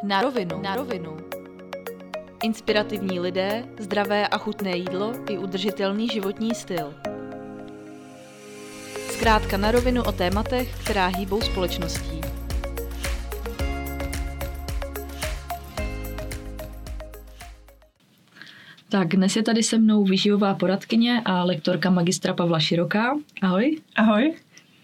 Na rovinu. Inspirativní lidé, zdravé a chutné jídlo i udržitelný životní styl. Zkrátka na rovinu o tématech, která hýbou společností. Tak dnes je tady se mnou výživová poradkyně a lektorka magistra Pavla Široká. Ahoj. Ahoj.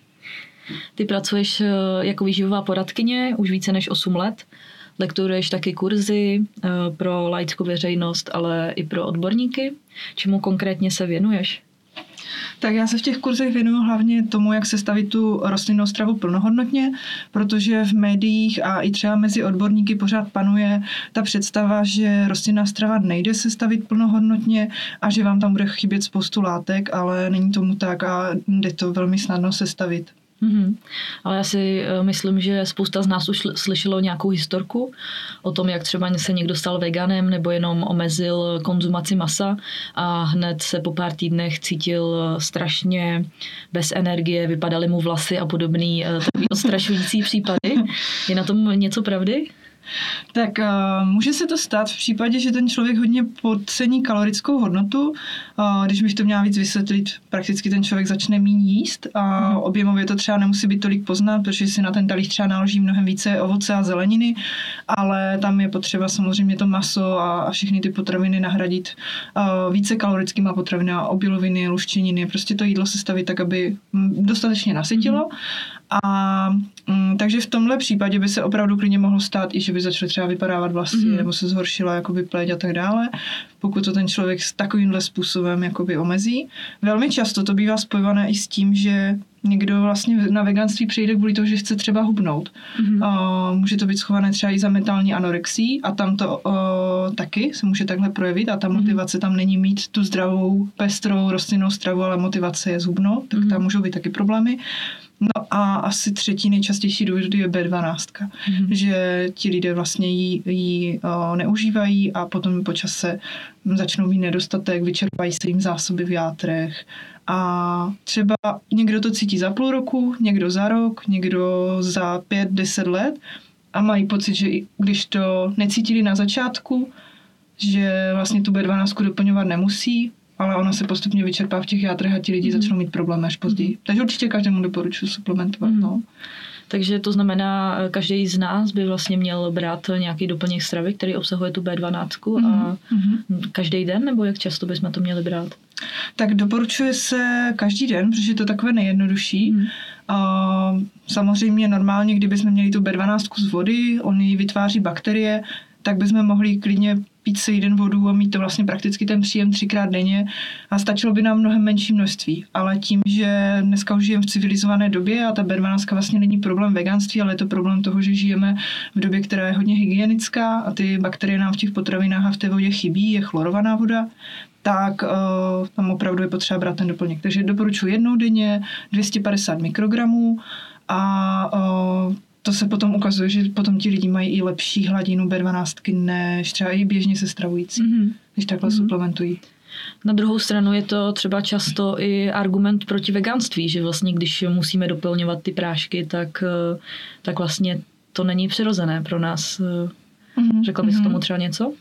Ty pracuješ jako výživová poradkyně už více než 8 let. Lektoruješ taky kurzy pro laickou veřejnost, ale i pro odborníky. Čemu konkrétně se věnuješ? Tak já se v těch kurzech věnuju hlavně tomu, jak sestavit tu rostlinnou stravu plnohodnotně, protože v médiích a i třeba mezi odborníky pořád panuje ta představa, že rostlinná strava nejde sestavit plnohodnotně a že vám tam bude chybět spoustu látek, ale není tomu tak a jde to velmi snadno sestavit. Ale já si myslím, že spousta z nás už slyšelo nějakou historku o tom, jak třeba se někdo stal veganem nebo jenom omezil konzumaci masa a hned se po pár týdnech cítil strašně bez energie, vypadaly mu vlasy a podobný takový odstrašující případy. Je na tom něco pravdy? Tak může se to stát v případě, že ten člověk hodně podcení kalorickou hodnotu. Když bych to měla víc vysvětlit, prakticky ten člověk začne méně jíst a objemově to třeba nemusí být tolik poznat, protože si na ten talíř třeba naloží mnohem více ovoce a zeleniny, ale tam je potřeba samozřejmě to maso a všechny ty potraviny nahradit více kalorickýma potravinami, obiloviny, luštěniny, prostě to jídlo sestavit tak, aby dostatečně nasytilo. Takže v tomhle případě by se opravdu klidně mohlo stát i, že by začaly třeba vypadávat vlasy nebo se zhoršila jakoby pleť a tak dále, pokud to ten člověk s takovýmhle způsobem jakoby omezí. Velmi často to bývá spojované i s tím, že někdo vlastně na veganství přijde kvůli toho, že chce třeba hubnout. Může to být schované třeba i za mentální anorexii a tam to taky se může takhle projevit a ta motivace tam není mít tu zdravou, pestrou rostlinnou stravu, ale motivace je zhubnout, tak tam můžou být taky problémy. No a asi třetí nejčastější důvod je B12, že ti lidé vlastně ji neužívají a potom po čase začnou mít nedostatek, vyčerpají se jim zásoby v játrech a třeba někdo to cítí za půl roku, někdo za rok, někdo za 5-10 let a mají pocit, že když to necítili na začátku, že vlastně tu B12 doplňovat nemusí, ale ona se postupně vyčerpá v těch játrech a ti lidi začnou mít problémy až později. Takže určitě každému doporučuji suplementovat. No. Takže to znamená, každý z nás by vlastně měl brát nějaký doplněk stravy, který obsahuje tu B12 a každý den, nebo jak často bychom to měli brát? Tak doporučuje se každý den, protože je to takové nejjednodušší. Samozřejmě normálně, kdybychom měli tu B12 z vody, on ji vytváří bakterie, tak bychom mohli klidně pít si jeden vodu a mít to vlastně prakticky ten příjem 3krát denně a stačilo by nám mnohem menší množství. Ale tím, že dneska už žijeme v civilizované době a ta B12 vlastně není problém veganství, ale je to problém toho, že žijeme v době, která je hodně hygienická a ty bakterie nám v těch potravinách a v té vodě chybí, je chlorovaná voda, tak tam opravdu je potřeba brát ten doplněk. Takže doporučuji jednou denně 250 mikrogramů a to se potom ukazuje, že potom ti lidi mají i lepší hladinu B12 než třeba i běžně se stravující, když takhle suplementují. Na druhou stranu je to třeba často i argument proti veganství, že vlastně když musíme doplňovat ty prášky, tak vlastně to není přirozené pro nás. Řekla bys k tomu třeba něco?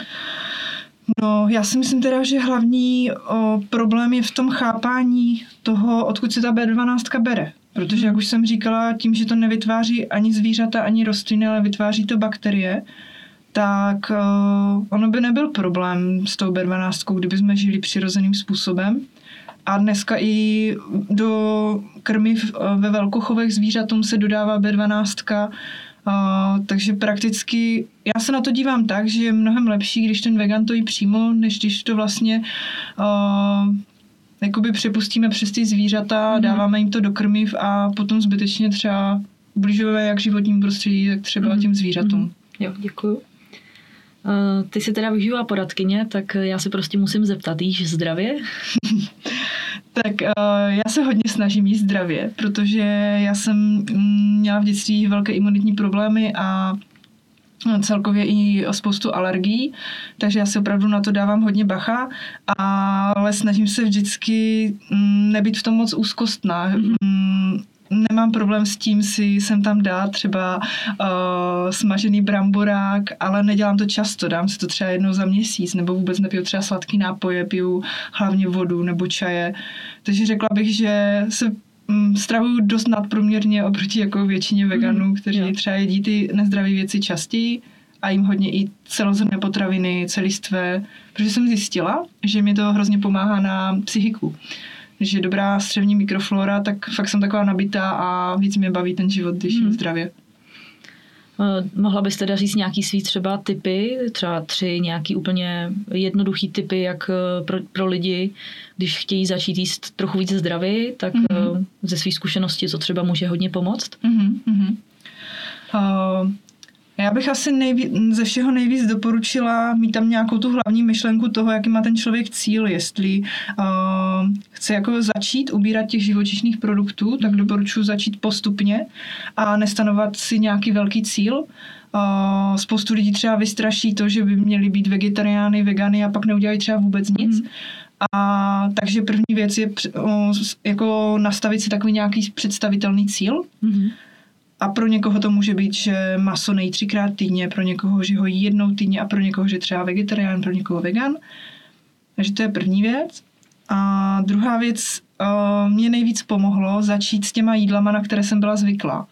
No, já si myslím teda, že hlavní problém je v tom chápání toho, odkud se ta B12 bere. Protože, jak už jsem říkala, tím, že to nevytváří ani zvířata, ani rostliny, ale vytváří to bakterie, tak ono by nebyl problém s tou B12, kdyby jsme žili přirozeným způsobem. A dneska i do krmiv ve velkochovech zvířatům se dodává B12, takže prakticky já se na to dívám tak, že je mnohem lepší, když ten vegan to jí přímo, než když to vlastně jakoby přepustíme přes ty zvířata, dáváme jim to do krmiv a potom zbytečně třeba ubližujeme jak životním prostředí, tak třeba těm zvířatům. Jo, děkuju. Ty jsi teda výživová poradkyně, tak já se prostě musím zeptat, jíš zdravě? Tak já se hodně snažím jíst zdravě, protože já jsem měla v dětství velké imunitní problémy a celkově i spoustu alergií, takže já si opravdu na to dávám hodně bacha, ale snažím se vždycky nebýt v tom moc úzkostná. nemám problém s tím si sem tam dát třeba smažený bramborák, ale nedělám to často, dám si to třeba jednou za měsíc, nebo vůbec nepiju třeba sladký nápoje, piju hlavně vodu nebo čaje. Takže řekla bych, že se stravuju dost nadprůměrně oproti jako většině veganů, kteří třeba jedí ty nezdravé věci častěji a jim hodně i celozrnné potraviny, celistvé, protože jsem zjistila, že mi to hrozně pomáhá na psychiku. Že dobrá střevní mikroflora, tak fakt jsem taková nabitá a víc mě baví ten život, když jim zdravě. Mohla bys teda říct nějaký svý třeba tipy, třeba 3 nějaký úplně jednoduchý tipy, jak pro lidi, když chtějí začít jíst trochu víc zdravě, tak ze svých zkušeností, co třeba může hodně pomoct? Já bych asi ze všeho nejvíc doporučila mít tam nějakou tu hlavní myšlenku toho, jaký má ten člověk cíl, jestli chce jako začít ubírat těch živočišných produktů, tak doporučuji začít postupně a nestanovat si nějaký velký cíl. Spoustu lidí třeba vystraší to, že by měli být vegetariány, vegany a pak neudělají třeba vůbec nic. Takže první věc je jako nastavit si takový nějaký představitelný cíl. A pro někoho to může být, že maso nejí 3krát týdně, pro někoho, že ho jí jednou týdně a pro někoho, že třeba vegetarián, pro někoho vegan. Takže to je první věc. A druhá věc, mě nejvíc pomohlo začít s těma jídlama, na které jsem byla zvyklá.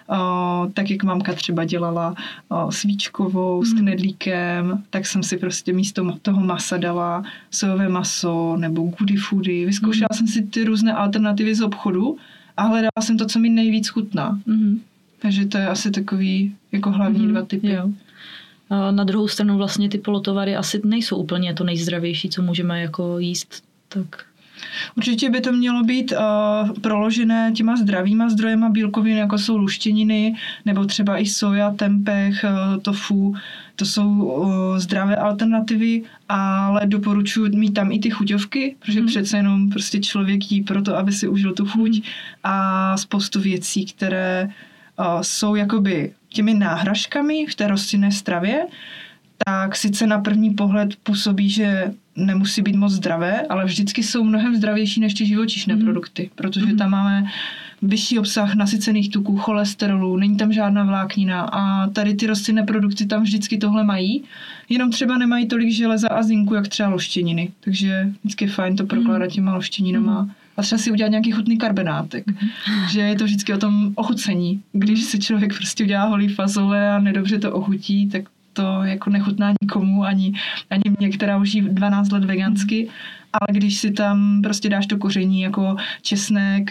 Tak jak mamka třeba dělala svíčkovou s knedlíkem, tak jsem si prostě místo toho masa dala sojové maso nebo goody foody. Vyzkoušela jsem si ty různé alternativy z obchodu a hledala jsem to, co mi nejvíc chutná. Takže to je asi takový jako hlavní 2 typy. Jo. A na druhou stranu vlastně ty polotovary asi nejsou úplně to nejzdravější, co můžeme jako jíst. Tak. Určitě by to mělo být proložené těma zdravýma zdrojema bílkovin, jako jsou luštěniny, nebo třeba i soja, tempeh, tofu. To jsou zdravé alternativy, ale doporučuji mít tam i ty chuťovky, protože přece jenom prostě člověk jí proto, aby si užil tu chuť a spoustu věcí, které jsou jakoby těmi náhražkami v té rostlinné stravě, tak sice na první pohled působí, že nemusí být moc zdravé, ale vždycky jsou mnohem zdravější než ty živočišné produkty, protože tam máme vyšší obsah nasycených tuků, cholesterolu, není tam žádná vláknina a tady ty rostlinné produkty tam vždycky tohle mají, jenom třeba nemají tolik železa a zinku, jak třeba loštěniny, takže vždycky je fajn to prokládat těma loštěninama. A třeba si udělat nějaký chutný karbenátek. Že je to vždycky o tom ochucení. Když si člověk prostě udělá holý fazole a nedobře to ochutí, tak to jako nechutná nikomu, ani mě, která už jí 12 let vegansky. Ale když si tam prostě dáš to koření jako česnek,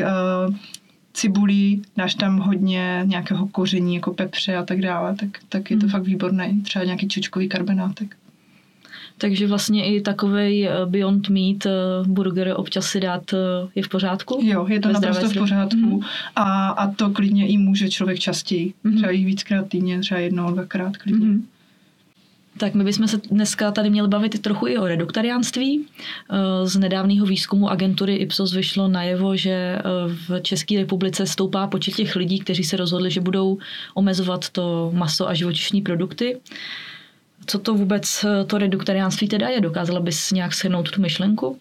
cibuli, dáš tam hodně nějakého koření jako pepře a tak dále, tak je to fakt výborné. Třeba nějaký čočkový karbenátek. Takže vlastně i takovej Beyond Meat burger občas si dát je v pořádku? Jo, je to naprosto v pořádku a to klidně i může člověk častěji. Třeba i víckrát týdně, třeba 1-2krát klidně. Tak my bychom se dneska tady měli bavit trochu i o reduktariánství. Z nedávného výzkumu agentury Ipsos vyšlo najevo, že v České republice stoupá počet těch lidí, kteří se rozhodli, že budou omezovat to maso a živočišní produkty. Co to vůbec to reduktariánství teda je? Dokázala bys nějak shrnout tu myšlenku?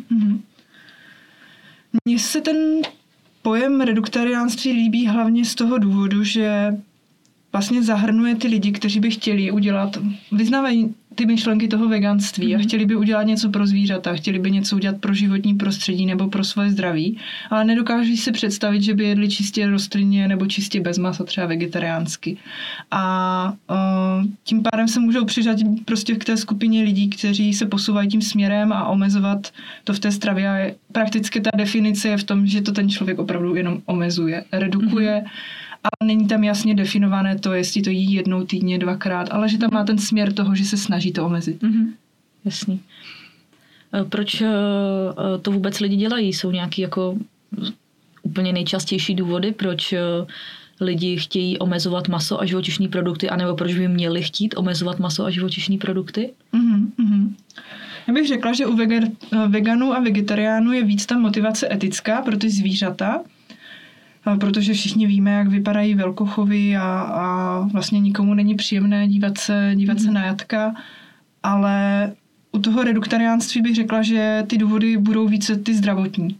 Mně se ten pojem reduktariánství líbí hlavně z toho důvodu, že vlastně zahrnuje ty lidi, kteří by chtěli vyznávají ty myšlenky toho veganství a chtěli by udělat něco pro zvířata, chtěli by něco udělat pro životní prostředí nebo pro svoje zdraví, ale nedokáží si představit, že by jedli čistě rostlinně nebo čistě bez masa, třeba vegetariánsky. A tím pádem se můžou přiřadit prostě k té skupině lidí, kteří se posouvají tím směrem a omezovat to v té stravě. A prakticky ta definice je v tom, že to ten člověk opravdu jenom omezuje, redukuje, ale není tam jasně definované to, jestli to jí 1 týdně, 2krát, ale že tam má ten směr toho, že se snaží to omezit. Jasný. Proč to vůbec lidi dělají? Jsou nějaký jako úplně nejčastější důvody, proč lidi chtějí omezovat maso a živočišní produkty, anebo proč by měli chtít omezovat maso a živočišní produkty? Já bych řekla, že u veganů a vegetariánů je víc ta motivace etická pro ty zvířata, protože všichni víme, jak vypadají velkochovy a vlastně nikomu není příjemné dívat se na jatka, ale u toho reduktariánství bych řekla, že ty důvody budou více ty zdravotní.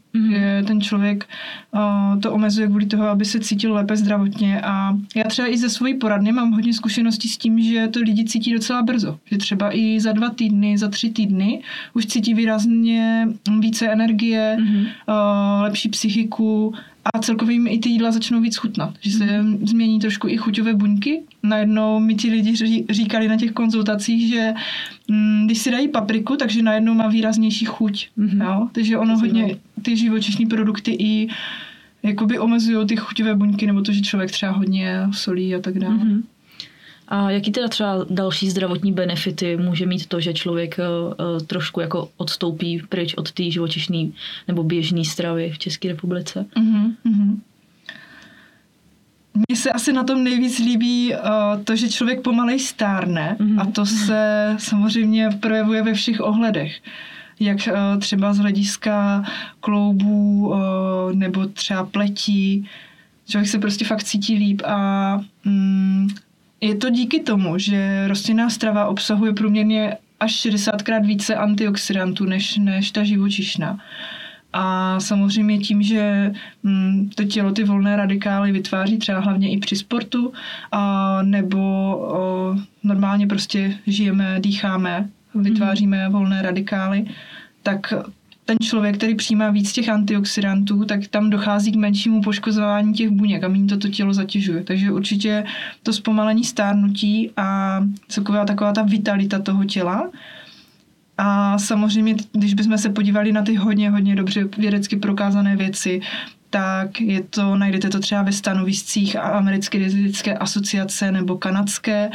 Že ten člověk to omezuje kvůli toho, aby se cítil lépe zdravotně. A já třeba i ze svojí poradny mám hodně zkušeností s tím, že to lidi cítí docela brzo. Že třeba i za 2 týdny, za 3 týdny už cítí výrazně více energie, lepší psychiku a celkově jim i ty jídla začnou víc chutnat. Že se změní trošku i chuťové buňky. Najednou mi ti lidi říkali na těch konzultacích, že když si dají papriku, takže najednou má výraznější chuť. Jo? Takže ono hodně ty živočišní produkty i jakoby omezují ty chuťové buňky, nebo to, že člověk třeba hodně solí a tak dále. A jaký teda třeba další zdravotní benefity může mít to, že člověk trošku jako odstoupí pryč od té živočišné nebo běžné stravy v České republice? Mně se asi na tom nejvíc líbí to, že člověk pomalej stárne a to se samozřejmě projevuje ve všech ohledech. Jak třeba z hlediska kloubů nebo třeba pletí. Člověk se prostě fakt cítí líp a je to díky tomu, že rostlinná strava obsahuje průměrně až 60krát více antioxidantů než ta živočišná. A samozřejmě tím, že to tělo ty volné radikály vytváří třeba hlavně i při sportu, nebo normálně prostě žijeme, dýcháme, vytváříme volné radikály, tak ten člověk, který přijímá víc těch antioxidantů, tak tam dochází k menšímu poškozování těch buněk a méně to tělo zatěžuje. Takže určitě to zpomalení stárnutí a taková ta vitalita toho těla. A samozřejmě, když bychom se podívali na ty hodně dobře vědecky prokázané věci, tak najdete to třeba ve stanoviscích Americké dietetické asociace nebo kanadské,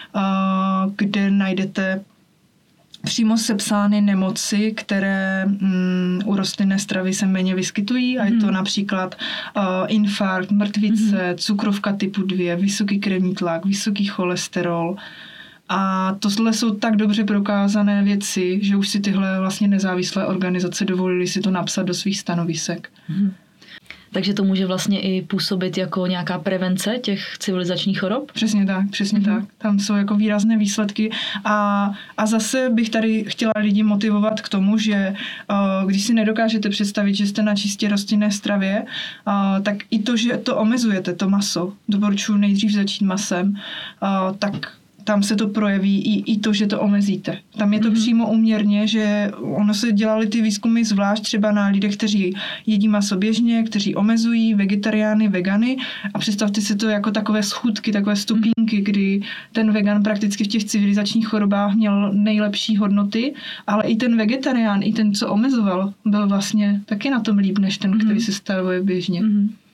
kde najdete přímo sepsány nemoci, které u rostlinné stravy se méně vyskytují a je to například infarkt, mrtvice, cukrovka typu 2, vysoký krevní tlak, vysoký cholesterol. A tohle jsou tak dobře prokázané věci, že už si tyhle vlastně nezávislé organizace dovolily si to napsat do svých stanovisek. Takže to může vlastně i působit jako nějaká prevence těch civilizačních chorob? Přesně tak. Tam jsou jako výrazné výsledky a zase bych tady chtěla lidi motivovat k tomu, že když si nedokážete představit, že jste na čistě rostlinné stravě, tak i to, že to omezujete, to maso, doporučuji nejdřív začít masem, tak tam se to projeví i to, že to omezíte. Tam je to přímo úměrně, že ono se dělaly ty výzkumy zvlášť třeba na lidech, kteří jedí maso běžně, kteří omezují, vegetariány, vegany a představte si to jako takové schůdky, takové stupínky, kdy ten vegan prakticky v těch civilizačních chorobách měl nejlepší hodnoty, ale i ten vegetarián, i ten, co omezoval, byl vlastně taky na tom líp, než ten, který se stravuje běžně.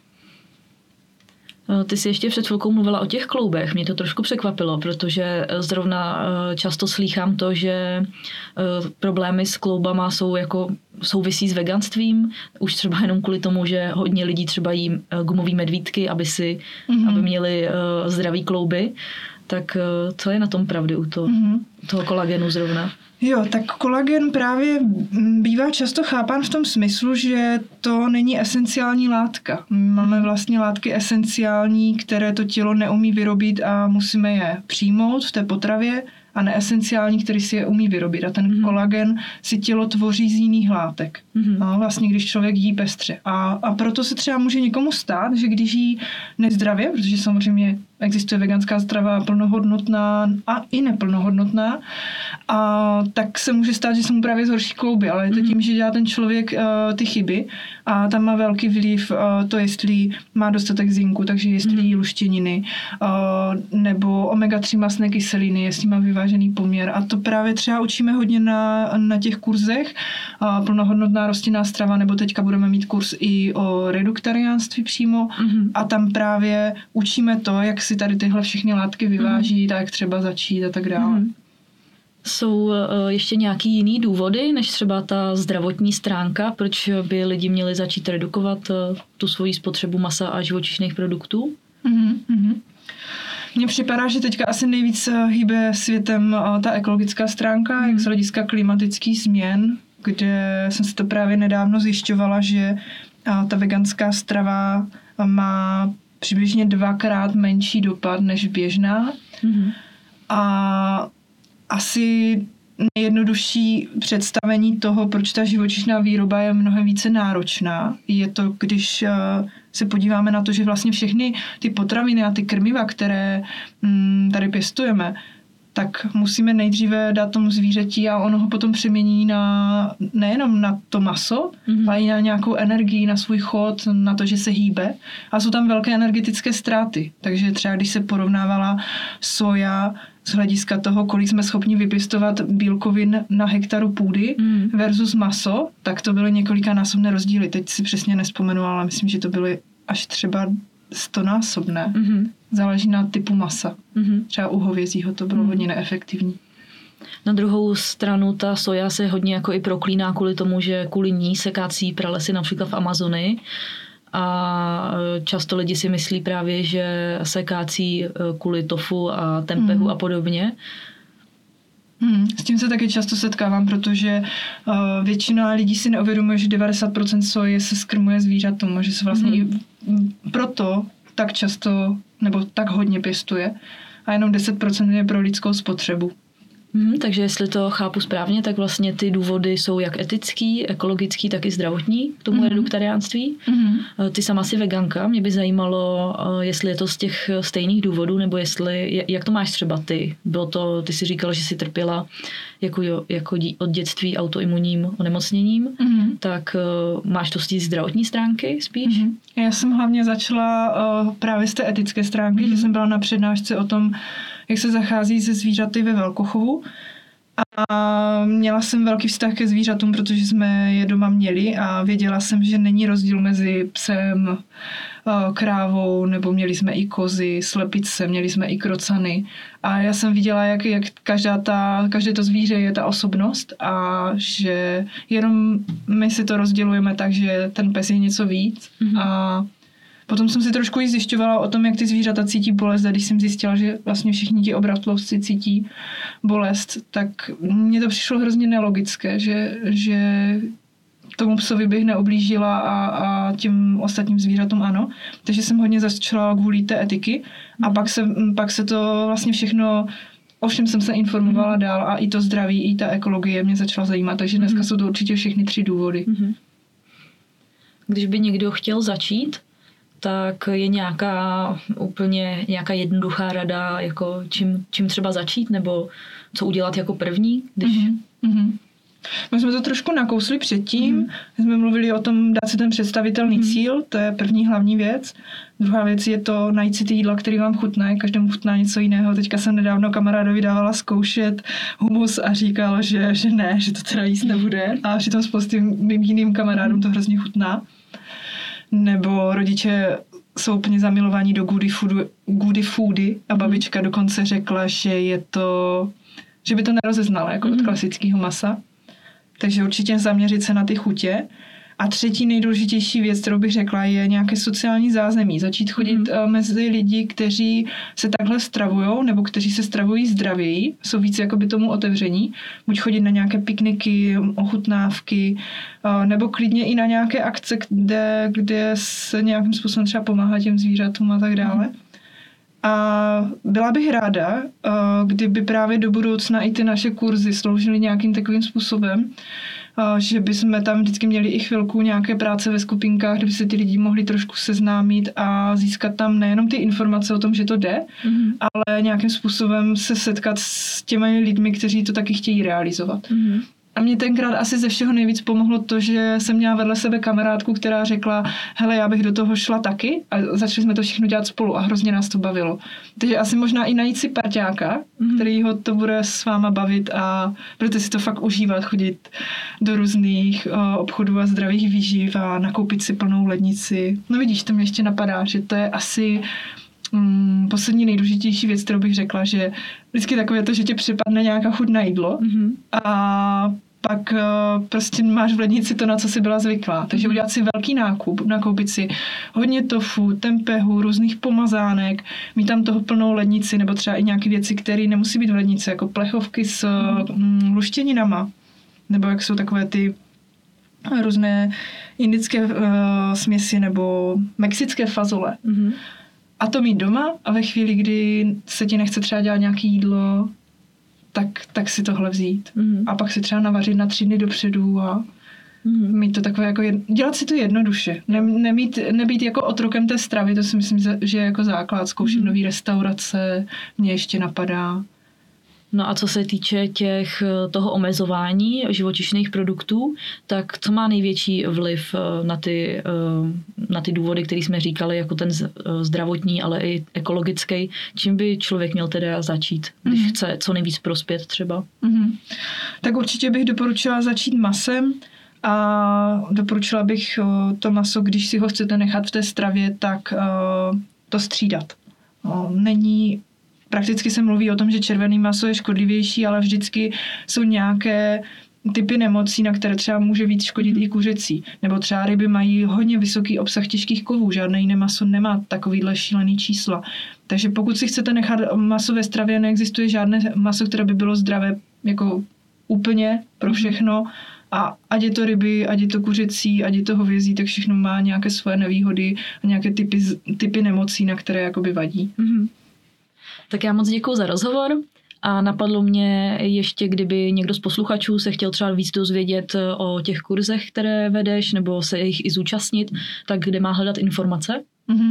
Ty jsi ještě před chvilkou mluvila o těch kloubech. Mě to trošku překvapilo, protože zrovna často slýchám to, že problémy s kloubama souvisí s veganstvím. Už třeba jenom kvůli tomu, že hodně lidí třeba jí gumový medvídky, aby měli zdravý klouby. Tak co je na tom pravdy u toho kolagenu zrovna? Jo, tak kolagen právě bývá často chápán v tom smyslu, že to není esenciální látka. Máme vlastně látky esenciální, které to tělo neumí vyrobit a musíme je přijmout v té potravě, a neesenciální, který si je umí vyrobit. A ten kolagen si tělo tvoří z jiných látek. No, vlastně, když člověk jí pestře. A proto se třeba může někomu stát, že když jí nezdravě, protože samozřejmě existuje veganská strava plnohodnotná a i neplnohodnotná, tak se může stát, že se mu právě zhorší klouby, ale je to tím, že dělá ten člověk ty chyby a tam má velký vliv to, jestli má dostatek zinku, takže jestli jí luštěniny, nebo omega-3 mastné kyseliny, jestli má vyvážený poměr. A to právě třeba učíme hodně na těch kurzech, plnohodnotná rostlinná strava, nebo teďka budeme mít kurz i o reduktariánství přímo a tam právě učíme to, jak si tady tyhle všechny látky vyváží, tak třeba začít a tak dále. Jsou ještě nějaký jiný důvody, než třeba ta zdravotní stránka, proč by lidi měli začít redukovat tu svoji spotřebu masa a živočišných produktů? Mně připadá, že teďka asi nejvíc hýbe světem ta ekologická stránka, jak z hlediska klimatických změn, kde jsem si to právě nedávno zjišťovala, že ta veganská strava má přibližně 2x menší dopad než běžná. A asi nejjednodušší představení toho, proč ta živočišná výroba je mnohem více náročná, je to, když se podíváme na to, že vlastně všechny ty potraviny a ty krmiva, které tady pěstujeme, tak musíme nejdříve dát tomu zvířeti a ono ho potom přemění nejenom na to maso, ale i na nějakou energii, na svůj chod, na to, že se hýbe. A jsou tam velké energetické ztráty. Takže třeba když se porovnávala soja z hlediska toho, kolik jsme schopni vypěstovat bílkovin na hektaru půdy versus maso, tak to byly několikanásobné rozdíly. Teď si přesně nevzpomenu, ale myslím, že to byly až třeba 100násobné. Záleží na typu masa. Třeba u hovězího to bylo hodně neefektivní. Na druhou stranu ta soja se hodně jako i proklíná kvůli tomu, že kvůli ní se kácí pralesy například v Amazonii. A často lidi si myslí právě, že se kácí kvůli tofu a tempehu a podobně. S tím se taky často setkávám, protože většina lidí si neuvědomuje, že 90% soje se skrmuje zvířatům, že se vlastně i proto tak často nebo tak hodně pěstuje a jenom 10% je pro lidskou spotřebu. Takže jestli to chápu správně, tak vlastně ty důvody jsou jak etický, ekologický, tak i zdravotní k tomu reduktariánství. Ty sama si veganka, mě by zajímalo, jestli je to z těch stejných důvodů, nebo jestli, jak to máš třeba ty? Bylo to, ty si říkala, že jsi trpěla jako od dětství autoimunním onemocněním, tak máš to z té zdravotní stránky spíš? Já jsem hlavně začala právě z té etické stránky, že jsem byla na přednášce o tom, jak se zachází se zvířaty ve velkochovu. A měla jsem velký vztah ke zvířatům, protože jsme je doma měli a věděla jsem, že není rozdíl mezi psem, krávou, nebo měli jsme i kozy, slepice, měli jsme i krocany. A já jsem viděla, jak každé to zvíře je ta osobnost a že jenom my si to rozdělujeme tak, že ten pes je něco víc. A potom jsem si trošku i zjišťovala o tom, jak ty zvířata cítí bolest, a když jsem zjistila, že vlastně všichni ti obratlovci cítí bolest, tak mně to přišlo hrozně nelogické, že tomu psovi bych neoblížila a těm ostatním zvířatům ano. Takže jsem hodně začala kvůli té etiky a pak se to vlastně všechno, ovšem jsem se informovala dál a i to zdraví, i ta ekologie mě začala zajímat, takže dneska jsou to určitě všechny 3 důvody. Když by někdo chtěl začít, tak je nějaká jednoduchá rada, jako čím třeba začít, nebo co udělat jako první, když... My jsme to trošku nakousli předtím, jsme mluvili o tom dát si ten představitelný cíl, to je první hlavní věc. Druhá věc je to najít si ty jídla, který vám chutná, každému chutná něco jiného. Teďka jsem nedávno kamarádovi dávala zkoušet humus a říkal, že ne, že to teda jíst nebude, a přitom spoustě mým jiným kamarádům to hrozně chutná. Nebo rodiče jsou úplně zamilovaní do goody foody a babička dokonce řekla, že by to nerozeznala jako od klasického masa. Takže určitě zaměřit se na ty chutě. A třetí nejdůležitější věc, kterou bych řekla, je nějaké sociální zázemí. Začít chodit mezi lidi, kteří se takhle stravujou, nebo kteří se stravují zdravěji, jsou víc jakoby tomu otevření. Buď chodit na nějaké pikniky, ochutnávky, nebo klidně i na nějaké akce, kde se nějakým způsobem třeba pomáhá těm zvířatům a tak dále. A byla bych ráda, kdyby právě do budoucna i ty naše kurzy sloužily nějakým takovým způsobem, že bychom tam vždycky měli i chvilku nějaké práce ve skupinkách, kde by se ty lidi mohli trošku seznámit a získat tam nejenom ty informace o tom, že to jde, ale nějakým způsobem se setkat s těmi lidmi, kteří to taky chtějí realizovat. A mě tenkrát asi ze všeho nejvíc pomohlo to, že jsem měla vedle sebe kamarádku, která řekla, hele, já bych do toho šla taky, a začali jsme to všechno dělat spolu a hrozně nás to bavilo. Takže asi možná i najít si parťáka, kterýho to bude s váma bavit a budete si to fakt užívat, chodit do různých obchodů a zdravých výživ a nakoupit si plnou lednici. No vidíš, to mě ještě napadá, že to je asi poslední nejdůležitější věc, kterou bych řekla, že vždycky takové to, že tě připadne nějaká chuť na jídlo a pak prostě máš v lednici to, na co jsi byla zvyklá. Takže udělat si velký nákup, nakoupit si hodně tofu, tempehu, různých pomazánek, mít tam toho plnou lednici, nebo třeba i nějaké věci, které nemusí být v lednici, jako plechovky s luštěninama, nebo jak jsou takové ty různé indické směsi nebo mexické fazole. A to mít doma a ve chvíli, kdy se ti nechce třeba dělat nějaké jídlo, tak si tohle vzít. A pak si třeba navařit na 3 dny dopředu a mít to takové jako dělat si to jednoduše. Nebýt jako otrokem té stravy, to si myslím, že je jako základ. Zkoušet nový restaurace, mě ještě napadá. No a co se týče toho omezování živočišných produktů, tak co má největší vliv na ty důvody, které jsme říkali, jako ten zdravotní, ale i ekologický? Čím by člověk měl teda začít, když chce co nejvíc prospět třeba? Tak určitě bych doporučila začít masem a doporučila bych to maso, když si ho chcete nechat v té stravě, tak to střídat. Prakticky se mluví o tom, že červené maso je škodlivější, ale vždycky jsou nějaké typy nemocí, na které třeba může víc škodit i kuřecí. Nebo třeba ryby mají hodně vysoký obsah těžkých kovů, žádné jiné maso nemá takovýhle šílený čísla. Takže pokud si chcete nechat maso ve stravě, neexistuje žádné maso, které by bylo zdravé jako úplně pro všechno. A ať je to ryby, ať je to kuřecí, ať je to hovězí, tak všechno má nějaké svoje nevýhody a nějaké typy nemocí, na které jakoby vadí. Tak já moc děkuju za rozhovor a napadlo mě ještě, kdyby někdo z posluchačů se chtěl třeba víc dozvědět o těch kurzech, které vedeš, nebo se jich i zúčastnit, tak kde má hledat informace?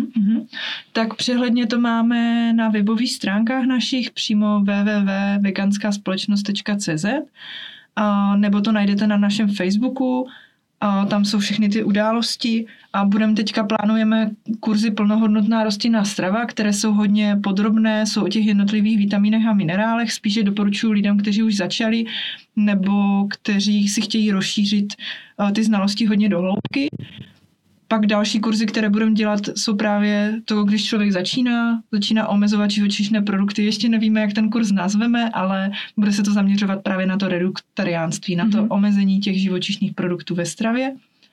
Tak přehledně to máme na webových stránkách našich, přímo www.veganskaspolečnost.cz, nebo to najdete na našem Facebooku. A tam jsou všechny ty události a plánujeme kurzy plnohodnotná rostlinná strava, které jsou hodně podrobné, jsou o těch jednotlivých vitamínech a minerálech. Spíše doporučuji lidem, kteří už začali nebo kteří si chtějí rozšířit ty znalosti hodně do hloubky. Pak další kurzy, které budeme dělat, jsou právě to, když člověk začíná omezovat živočišné produkty. Ještě nevíme, jak ten kurz nazveme, ale bude se to zaměřovat právě na to reduktariánství, na to omezení těch živočišných produktů ve stravě.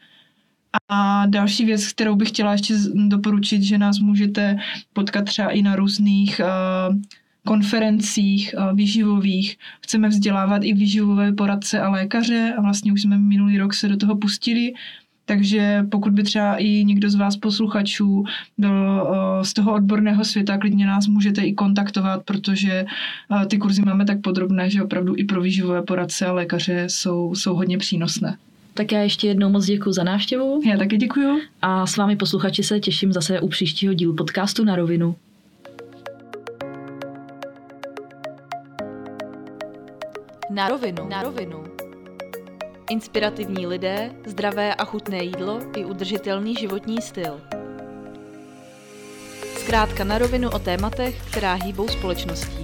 A další věc, kterou bych chtěla ještě doporučit, že nás můžete potkat třeba i na různých konferencích výživových. Chceme vzdělávat i výživové poradce a lékaře a vlastně už jsme minulý rok se do toho pustili. Takže pokud by třeba i někdo z vás posluchačů byl z toho odborného světa, klidně nás můžete i kontaktovat, protože ty kurzy máme tak podrobné, že opravdu i pro výživové poradce a lékaře jsou hodně přínosné. Tak já ještě jednou moc děkuji za návštěvu. Já taky děkuju. A s vámi posluchači se těším zase u příštího dílu podcastu Na rovinu. Na rovinu. Inspirativní lidé, zdravé a chutné jídlo i udržitelný životní styl. Zkrátka na rovinu o tématech, která hýbou společností.